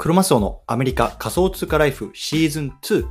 クロマスオのアメリカ仮想通貨ライフシーズン2。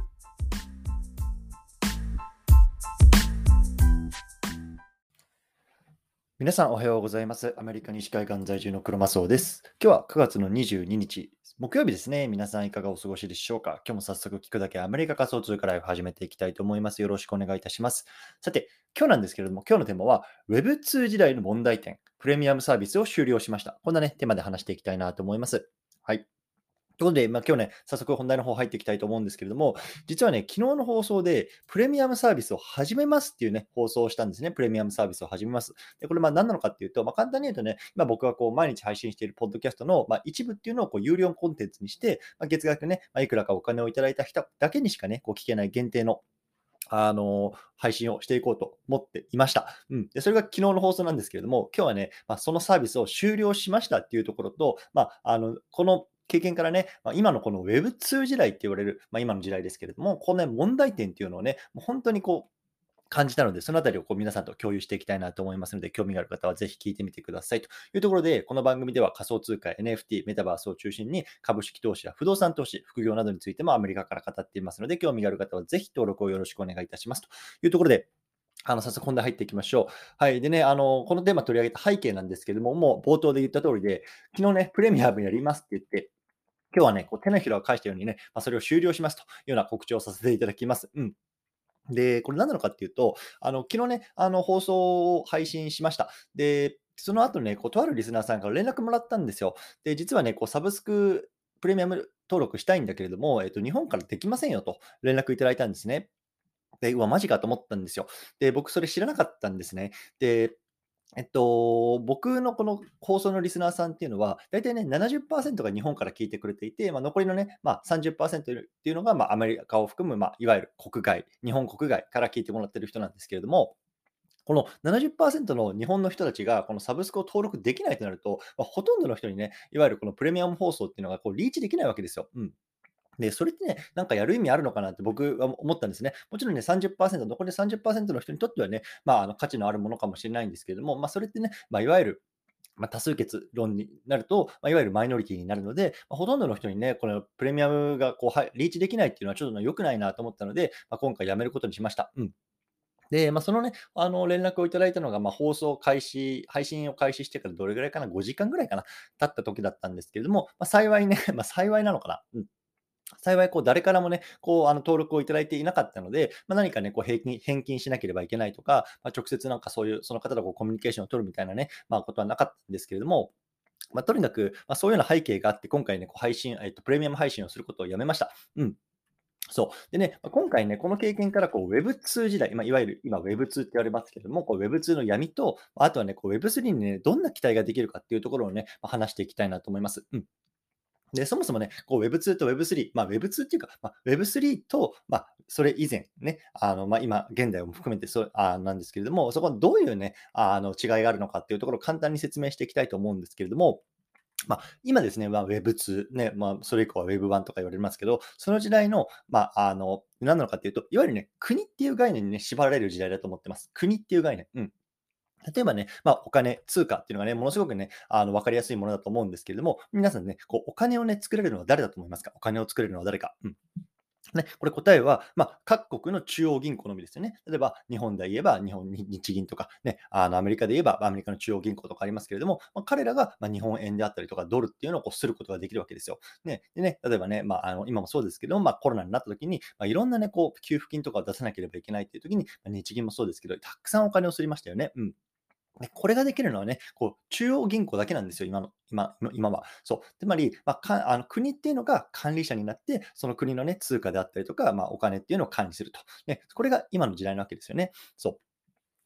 皆さんおはようございます。アメリカ西海岸在住のクロマスオです。今日は9月の22日、木曜日ですね。皆さんいかがお過ごしでしょうか。今日も早速聞くだけアメリカ仮想通貨ライフ始めていきたいと思います。よろしくお願いいたします。さて、今日なんですけれども、今日のテーマは Web2 時代の問題点、プレミアムサービスを終了しました。こんなね、テーマで話していきたいなと思います。はい。ということで、今日ね、早速本題の方入っていきたいと思うんですけれども、実はね、昨日の放送で、プレミアムサービスを始めますっていうね、放送をしたんですね。プレミアムサービスを始めます。で、これ何なのかっていうと、簡単に言うとね、今僕が毎日配信しているポッドキャストの、一部っていうのを有料コンテンツにして、月額ね、いくらかお金をいただいた人だけにしかね、聞けない限定の配信をしていこうと思っていました。で、それが昨日の放送なんですけれども、今日はね、そのサービスを終了しましたっていうところと、この経験からね、今のこの Web2 時代って言われる、今の時代ですけれども、このね、問題点っていうのをね、もう本当に感じたので、そのあたりを皆さんと共有していきたいなと思いますので、興味がある方はぜひ聞いてみてくださいというところで、この番組では仮想通貨、NFT、メタバースを中心に株式投資や不動産投資、副業などについてもアメリカから語っていますので、興味がある方はぜひ登録をよろしくお願いいたしますというところで、早速本題入っていきましょう。はい。でね、このテーマ取り上げた背景なんですけれども、もう冒頭で言った通りで、昨日ね、プレミアムやりますって言って、今日はね、手のひらを返したようにね、それを終了しますというような告知をさせていただきます。で、これ何なのかっていうと、昨日ね、放送を配信しました。で、その後ね、とあるリスナーさんから連絡もらったんですよ。で、実はね、サブスクプレミアム登録したいんだけれども、日本からできませんよと連絡いただいたんですね。で、うわ、マジかと思ったんですよ。で、僕それ知らなかったんですね。で、僕のこの放送のリスナーさんっていうのは、だいたいね、70%が日本から聞いてくれていて、残りのね、30%っていうのが、アメリカを含む、いわゆる国外、日本国外から聞いてもらってる人なんですけれども、この70%の日本の人たちが、このサブスクを登録できないとなると、ほとんどの人にね、いわゆるこのプレミアム放送っていうのがリーチできないわけですよ。で、それってね、なんかやる意味あるのかなって僕は思ったんですね。もちろんね、30%、残り30%の人にとってはね、価値のあるものかもしれないんですけれども、それってね、いわゆる多数決論になると、いわゆるマイノリティになるので、ほとんどの人にね、このプレミアムがリーチできないっていうのはちょっと良くないなと思ったので、今回やめることにしました。で、そのね、連絡をいただいたのが、配信を開始してからどれぐらいかな、5時間ぐらいかな、経った時だったんですけれども、幸いね、幸いなのかな。幸い誰からもね、登録をいただいていなかったので、何かね、返金しなければいけないとか、直接なんかそういう、その方とコミュニケーションを取るみたいなね、ことはなかったんですけれども、とにかく、そういうような背景があって、今回ね、プレミアム配信をすることをやめました。そう。でね、今回ね、この経験からWeb2 時代、いわゆる今 Web2 って言われますけれども、Web2 の闇と、あとはね、Web3 にね、どんな期待ができるかっていうところをね、話していきたいなと思います。で、そもそもね、Web2 と Web3、Web2 っていうか、Web3 と、それ以前ね、今、現代を含めてなんですけれども、そこはどういうね、違いがあるのかっていうところを簡単に説明していきたいと思うんですけれども、今ですね、Web2 ね、それ以降は Web1 とか言われますけど、その時代の、何なのかっていうと、いわゆるね、国っていう概念にね、縛られる時代だと思ってます。国っていう概念。例えばね、お金、通貨っていうのがね、ものすごくね、分かりやすいものだと思うんですけれども、皆さんね、お金をね、作れるのは誰だと思いますか？お金を作れるのは誰か。ね、これ答えは、各国の中央銀行のみですよね。例えば、日本で言えば、日本に日銀とか、ね、アメリカで言えば、アメリカの中央銀行とかありますけれども、彼らが、日本円であったりとか、ドルっていうのをすることができるわけですよ。ね、でね、例えばね、今もそうですけども、コロナになった時に、いろんなね、給付金とかを出さなければいけないっていう時に、日銀もそうですけど、たくさんお金を刷りましたよね。で、これができるのはね、中央銀行だけなんですよ、今は。そう。つまり、国っていうのが管理者になって、その国のね、通貨であったりとか、お金っていうのを管理すると。ね、これが今の時代なわけですよね。そう。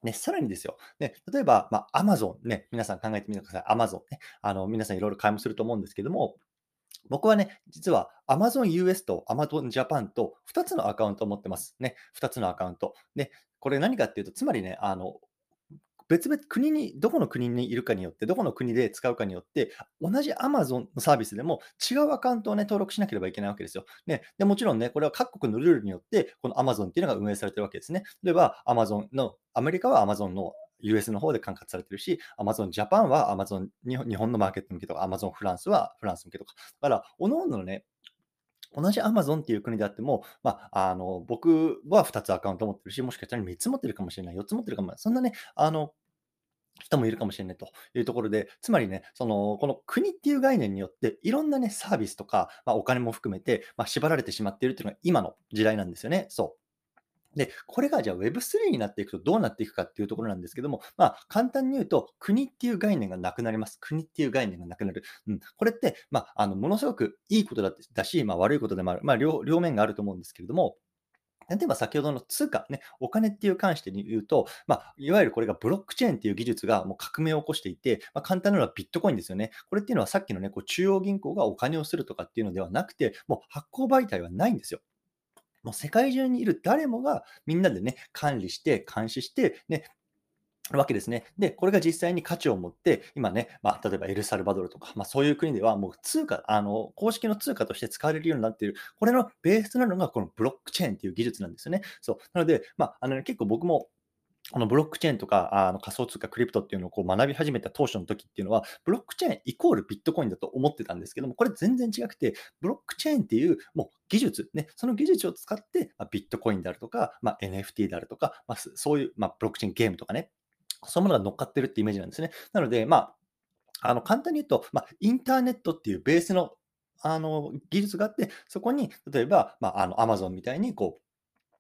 ね、さらにですよ。ね、例えば、アマゾンね、皆さん考えてみてください。アマゾンね。皆さんいろいろ買い物すると思うんですけども、僕はね、実は Amazon US と Amazon Japan と2つのアカウントを持ってます。ね、2つのアカウント。で、これ何かっていうと、つまりね、別々どこの国にいるかによって、どこの国で使うかによって、同じ Amazon のサービスでも違うアカウントをね、登録しなければいけないわけですよ。ね、で、もちろんね、これは各国のルールによって、この Amazon っていうのが運営されてるわけですね。例えば、アメリカは Amazon の US の方で管轄されてるし、Amazon Japan は Amazon 日本のマーケット向けとか、Amazon フランスはフランス向けとか。だから、各々のね、同じ Amazon っていう国であっても、僕は2つアカウント持ってるし、もしかしたら3つ持ってるかもしれない、4つ持ってるかも、そんなね、人もいるかもしれないというところで、つまりね、この国っていう概念によって、いろんなね、サービスとか、お金も含めて、縛られてしまっているっていうのが今の時代なんですよね。そう。で、これがじゃあ Web3 になっていくとどうなっていくかっていうところなんですけども、簡単に言うと、国っていう概念がなくなります。国っていう概念がなくなる。うん。これって、ものすごくいいことだし、悪いことでもある。両面があると思うんですけれども、例えば先ほどの通貨、ね、お金っていう関してに言うと、いわゆるこれがブロックチェーンっていう技術がもう革命を起こしていて、簡単なのはビットコインですよね。これっていうのはさっきのね、こう中央銀行がお金をするとかっていうのではなくて、もう発行媒体はないんですよ。もう世界中にいる誰もがみんなでね、管理して、監視して、ね、わけですね。で、これが実際に価値を持って、今ね、例えばエルサルバドルとか、そういう国ではもう通貨、公式の通貨として使われるようになっている、これのベースなのがこのブロックチェーンっていう技術なんですよね。そう。なので、結構僕もこのブロックチェーンとか、仮想通貨、クリプトっていうのをこう学び始めた当初の時っていうのは、ブロックチェーンイコールビットコインだと思ってたんですけども、これ全然違くて、ブロックチェーンっていうもう技術、ね、その技術を使って、ビットコインであるとか、NFT であるとか、そういう、ブロックチェーンゲームとかね、そういうものが乗っかってるってイメージなんですね。なので、簡単に言うと、インターネットっていうベースの、技術があって、そこに例えば、Amazon みたいにこう、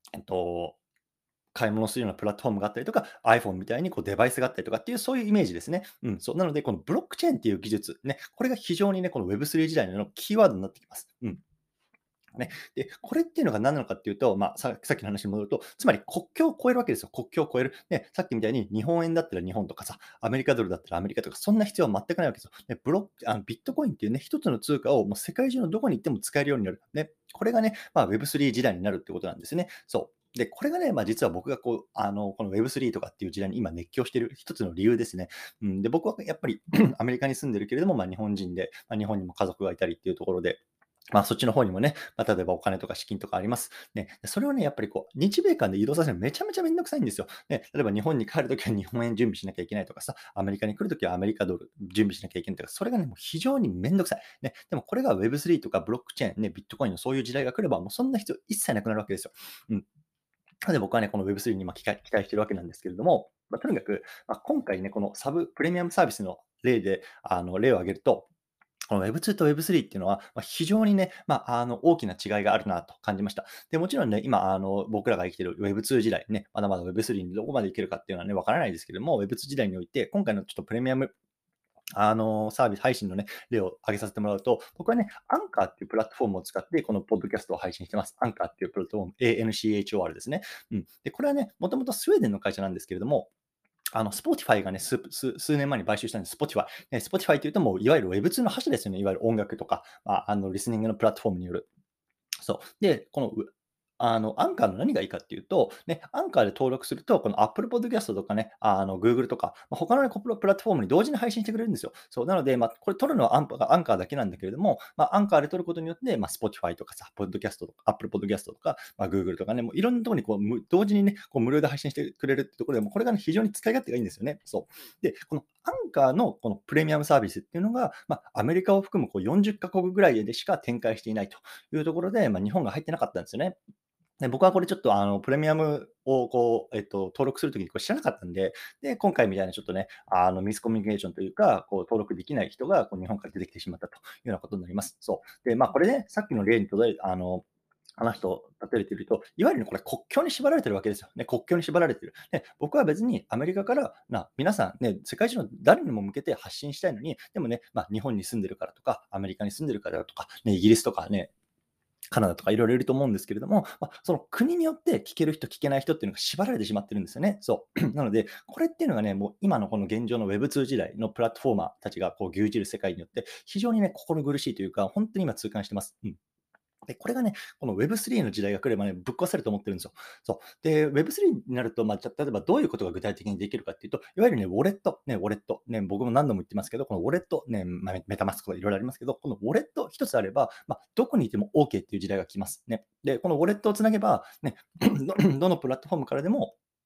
買い物するようなプラットフォームがあったりとか、iPhone みたいにこうデバイスがあったりとかっていう、そういうイメージですね。うん、そう。なので、このブロックチェーンっていう技術、ね、これが非常にね、この Web3 時代のキーワードになってきます。うん。ね。で、これっていうのが何なのかっていうと、さっきの話に戻ると、つまり国境を越えるわけですよ。国境を越える。ね、さっきみたいに日本円だったら日本とかさ、アメリカドルだったらアメリカとか、そんな必要は全くないわけですよ。ね、ビットコインっていうね、一つの通貨をもう世界中のどこに行っても使えるようになる。ね。これがね、Web3 時代になるってことなんですね。そう。で、これがね、実は僕がこう、この Web3 とかっていう時代に今熱狂している一つの理由ですね。うん、で、僕はやっぱりアメリカに住んでるけれども、日本人で、日本にも家族がいたりっていうところで、そっちの方にもね、例えばお金とか資金とかあります。ね、それをね、やっぱりこう、日米間で移動させるのめちゃめちゃめんどくさいんですよ。ね、例えば日本に帰るときは日本円準備しなきゃいけないとかさ、アメリカに来るときはアメリカドル準備しなきゃいけないとか、それがね、もう非常にめんどくさい。ね、でもこれが Web3 とかブロックチェーン、ね、ビットコインのそういう時代が来れば、もうそんな必要一切なくなるわけですよ。うん。なので僕はね、この Web3 に今期待してるわけなんですけれども、とにかく、今回ね、このプレミアムサービスの例で、例を挙げると、この Web2 と Web3 っていうのは、非常にね、大きな違いがあるなと感じました。で、もちろんね、今、僕らが生きている Web2 時代ね、まだまだ Web3 にどこまでいけるかっていうのはね、わからないですけども、Web2 時代において、今回のちょっとプレミアムサービス配信のね、例を挙げさせてもらうと、僕はね、アンカーっていうプラットフォームを使って、このポッドキャストを配信してます。アンカーっていうプラットフォーム、ANCHOR ですね。うん。で、これはね、もともとスウェーデンの会社なんですけれども、Spotify がね、数年前に買収したんです。Spotify。ね、Spotify っていうともういわゆる Web2 の覇者ですよね。いわゆる音楽とか、リスニングのプラットフォームによる。そう。で、この、アンカーの何がいいかっていうと、ね、アンカーで登録すると、この Apple Podcast とかね、Google とか、他のね、プラットフォームに同時に配信してくれるんですよ。そう。なので、これ撮るのはアンカーだけなんだけれども、アンカーで撮ることによって、Spotify とかさ、Podcast とか、Apple Podcast とか、Google とかね、もういろんなところにこう、同時にね、こう無料で配信してくれるってところでも、これがね、非常に使い勝手がいいんですよね。そう。で、このアンカーのこのプレミアムサービスっていうのが、アメリカを含むこう40カ国ぐらいでしか展開していないというところで、日本が入ってなかったんですよね。で、僕はこれちょっとプレミアムをこう、登録するときにこれ知らなかったんで、で、今回みたいなちょっとね、ミスコミュニケーションというか、こう登録できない人がこう日本から出てきてしまったというようなことになります。そう。で、これね、さっきの例にとどめ話と例えていると、いわゆるね、これ国境に縛られてるわけですよ。ね、国境に縛られてる。で、僕は別にアメリカから皆さんね、世界中の誰にも向けて発信したいのに、でもね、日本に住んでるからとか、アメリカに住んでるからとか、ね、イギリスとかね、カナダとかいろいろいると思うんですけれども、その国によって聞ける人、聞けない人っていうのが縛られてしまってるんですよね。そう。なので、これっていうのがね、もう今のこの現状の Web2 時代のプラットフォーマーたちがこう牛耳る世界によって、非常にね、心苦しいというか、本当に今痛感してます。うん。で、これがね、この Web3 の時代が来ればね、ぶっ壊せると思ってるんですよ。そう。で、Web3 になると、じゃ例えばどういうことが具体的にできるかっていうと、いわゆるね、ウォレット。ね、僕も何度も言ってますけど、このウォレット、ね、メタマスクとかいろいろありますけど、このウォレット一つあれば、どこにいても OK っていう時代が来ます。ね。で、このウォレットをつなげば、ね、どのプラットフォームからでも、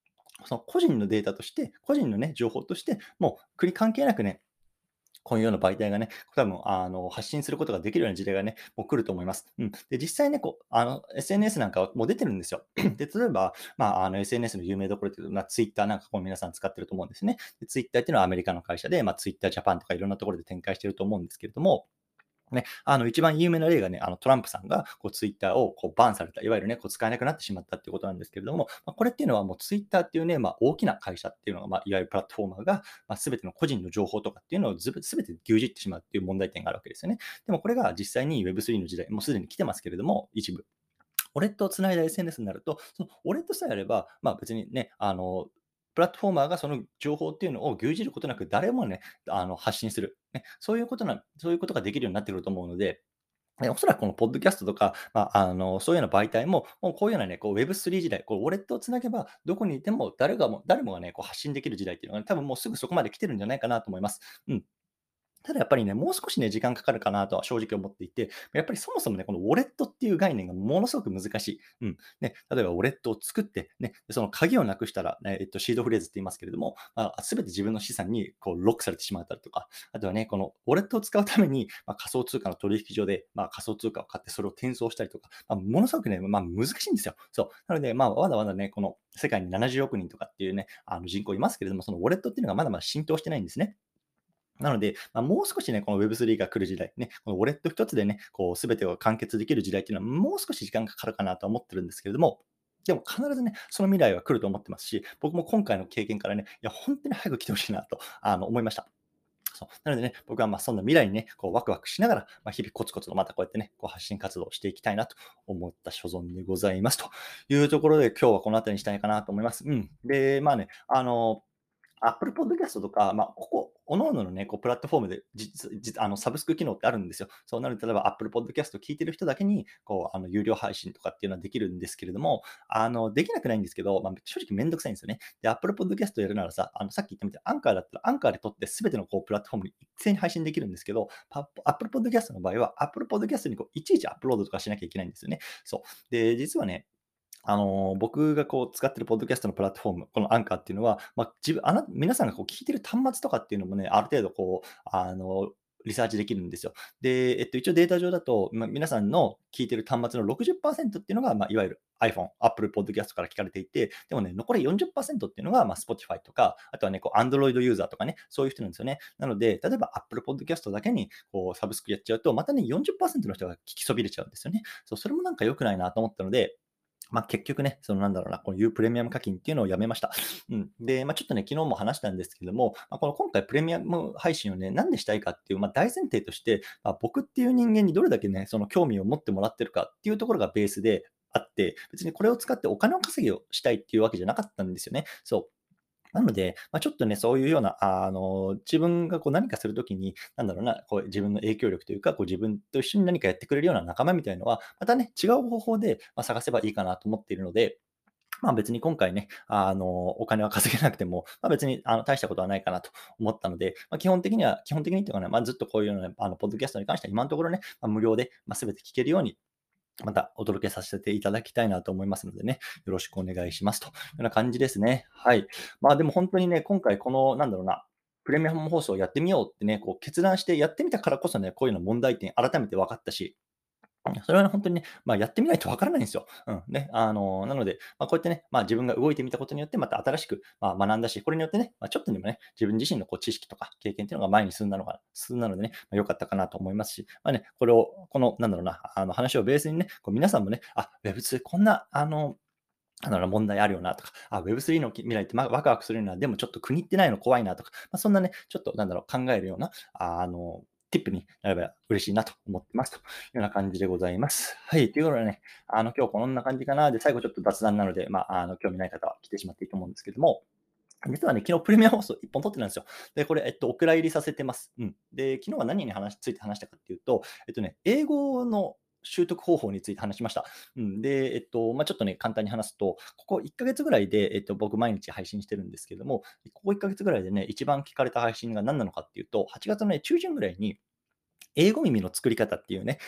その個人のデータとして、個人のね、情報として、もう国関係なくね、こういうような媒体がね、多分発信することができるような時代がね、もう来ると思います。うん。で、実際ね、SNS なんかはもう出てるんですよ。で、例えば、SNS の有名どころっていうと、Twitter なんか皆さん使ってると思うんですね。で、Twitter っていうのはアメリカの会社で、Twitter Japan とかいろんなところで展開してると思うんですけれども、ね、一番有名な例がね、トランプさんが、ツイッターをバンされた、いわゆるね、使えなくなってしまったっていうことなんですけれども、これっていうのはもうツイッターっていうね、大きな会社っていうのが、いわゆるプラットフォーマーが、すべての個人の情報とかっていうのをすべて牛耳ってしまうっていう問題点があるわけですよね。でもこれが実際に Web3 の時代、もうすでに来てますけれども、一部。ウォレットをつないだ SNS になると、そのウォレットさえあれば、別にね、プラットフォーマーがその情報っていうのを牛耳ることなく、誰もね、発信する。ね、そういうことができるようになってくると思うので、おそらくこのポッドキャストとか、そういうような媒体も、もうこういうようなね、Web3 時代、ウォレットをつなげば、どこにいても誰もがね、発信できる時代っていうのがね、多分もうすぐそこまで来てるんじゃないかなと思います。うん。ただやっぱりね、もう少しね、時間かかるかなとは正直思っていて、やっぱりそもそもね、このウォレットっていう概念がものすごく難しい。うん。ね、例えばウォレットを作って、ね、その鍵をなくしたら、シードフレーズって言いますけれども、すべて自分の資産にロックされてしまったりとか、あとはね、このウォレットを使うために、仮想通貨の取引所で、仮想通貨を買ってそれを転送したりとか、ものすごくね、難しいんですよ。そう。なので、まだまだね、この世界に70億人とかっていうね、人口いますけれども、そのウォレットっていうのがまだまだ浸透してないんですね。なので、もう少しね、この Web3 が来る時代、ね、このウォレット一つでね、全てを完結できる時代っていうのは、もう少し時間がかかるかなとは思ってるんですけれども、でも必ずね、その未来は来ると思ってますし、僕も今回の経験からね、いや、本当に早く来てほしいなと、思いました。そう。なのでね、僕はそんな未来にね、ワクワクしながら、日々コツコツとまたこうやってね、発信活動をしていきたいなと思った所存でございますというところで、今日はこの辺りにしたいかなと思います。うん。で、Apple Podcast とか、ここ、各々のね、プラットフォームで、サブスク機能ってあるんですよ。そうなので、例えば Apple Podcast 聞いてる人だけに、有料配信とかっていうのはできるんですけれども、できなくないんですけど、正直めんどくさいんですよね。で、Apple Podcast やるならさ、さっき言ったみたいに、アンカーだったら、アンカーで撮って全てのプラットフォームに一斉に配信できるんですけど、Apple Podcast の場合は、Apple Podcast にいちいちアップロードとかしなきゃいけないんですよね。そう。で、実はね、僕が使ってるポッドキャストのプラットフォーム、このアンカーっていうのは、皆さんが聞いてる端末とかっていうのもね、ある程度リサーチできるんですよ。で、一応データ上だと、皆さんの聞いてる端末の60%っていうのが、いわゆる iPhone、Apple Podcast から聞かれていて、でもね、残り40%っていうのが、Spotify とか、あとはね、Android ユーザーとかね、そういう人なんですよね。なので、例えば Apple Podcast だけに、サブスクやっちゃうと、またね、40%の人が聞きそびれちゃうんですよね。そう、それもなんか良くないなと思ったので、結局ね、こういうプレミアム課金っていうのをやめました。うん。で、ちょっとね、昨日も話したんですけども、今回プレミアム配信をね、なんでしたいかっていう、大前提として、僕っていう人間にどれだけね、その興味を持ってもらってるかっていうところがベースであって、別にこれを使ってお金を稼ぎをしたいっていうわけじゃなかったんですよね。そう。なので、ちょっとね、そういうような、自分が何かするときに、自分の影響力というか、自分と一緒に何かやってくれるような仲間みたいのは、またね、違う方法で、探せばいいかなと思っているので、別に今回ね、お金は稼げなくても、別に大したことはないかなと思ったので、基本的にっていうかね、ずっとこういうような、ポッドキャストに関しては今のところね、無料で、全て聞けるようにまたお届けさせていただきたいなと思いますのでね、よろしくお願いしますというような感じですね。はい。でも本当にね、今回この、プレミアム放送をやってみようってね、決断してやってみたからこそね、こういうの問題点改めて分かったし、それはね、本当にね、やってみないとわからないんですよ。うん、ね、なので、こうやってね、自分が動いてみたことによって、また新しく、学んだし、これによってね、ちょっとでもね、自分自身の知識とか経験っていうのが前に進んだのでね、良かったかなと思いますし、この、話をベースにね、皆さんもね、Web2 こんな、問題あるよなとか、Web3 の未来ってワクワクするような、でもちょっと国ってないの怖いなとか、そんなね、ちょっと考えるような、ティップになれば嬉しいなと思ってますというような感じでございます。はい。ということでね、今日こんな感じかな。で、最後ちょっと雑談なので、興味ない方は来てしまっていいと思うんですけども、実はね、昨日プレミア放送1本撮ってたんですよ。で、これ、お蔵入りさせてます。うん。で、昨日は何について話したかっていうと、英語の習得方法について話しました。うん。で、ちょっとね、簡単に話すと、ここ1ヶ月ぐらいで、僕毎日配信してるんですけども、ここ1ヶ月ぐらいでね、一番聞かれた配信が何なのかっていうと、8月のね、中旬ぐらいに、英語耳の作り方っていうね、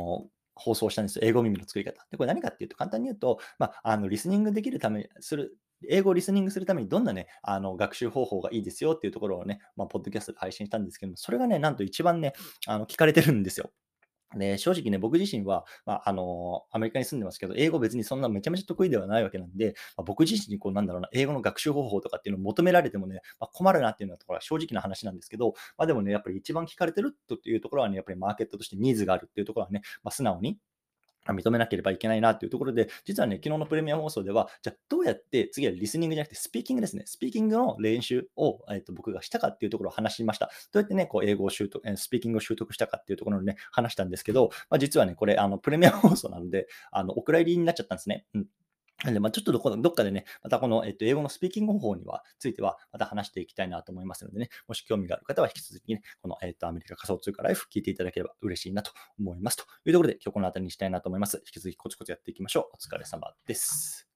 放送したんですよ。英語耳の作り方。で、これ何かっていうと、簡単に言うと、リスニングできるためする英語をリスニングするためにどんなね、学習方法がいいですよっていうところをね、ポッドキャストで配信したんですけども、それがね、なんと一番ね、聞かれてるんですよ。で、正直ね、僕自身は、アメリカに住んでますけど、英語別にそんなめちゃめちゃ得意ではないわけなんで、僕自身にこうなんだろうな、英語の学習方法とかっていうのを求められてもね、困るなっていうのはところは正直な話なんですけど、でもね、やっぱり一番聞かれてるっていうところはね、やっぱりマーケットとしてニーズがあるっていうところはね、素直に認めなければいけないなっていうところで、実はね、昨日のプレミアム放送では、じゃあどうやって次はリスニングじゃなくてスピーキングですね。スピーキングの練習を、僕がしたかっていうところを話しました。どうやってね、こう英語を習得、スピーキングを習得したかっていうところをね、話したんですけど、実はね、これ、プレミアム放送なので、お蔵入りになっちゃったんですね。うん。なんで、ちょっとどっかでね、またこの、英語のスピーキング方法ついては、また話していきたいなと思いますのでね、もし興味がある方は引き続きね、この、アメリカ仮想通貨ライフ聞いていただければ嬉しいなと思います。というところで、今日この辺りにしたいなと思います。引き続きコツコツやっていきましょう。お疲れ様です。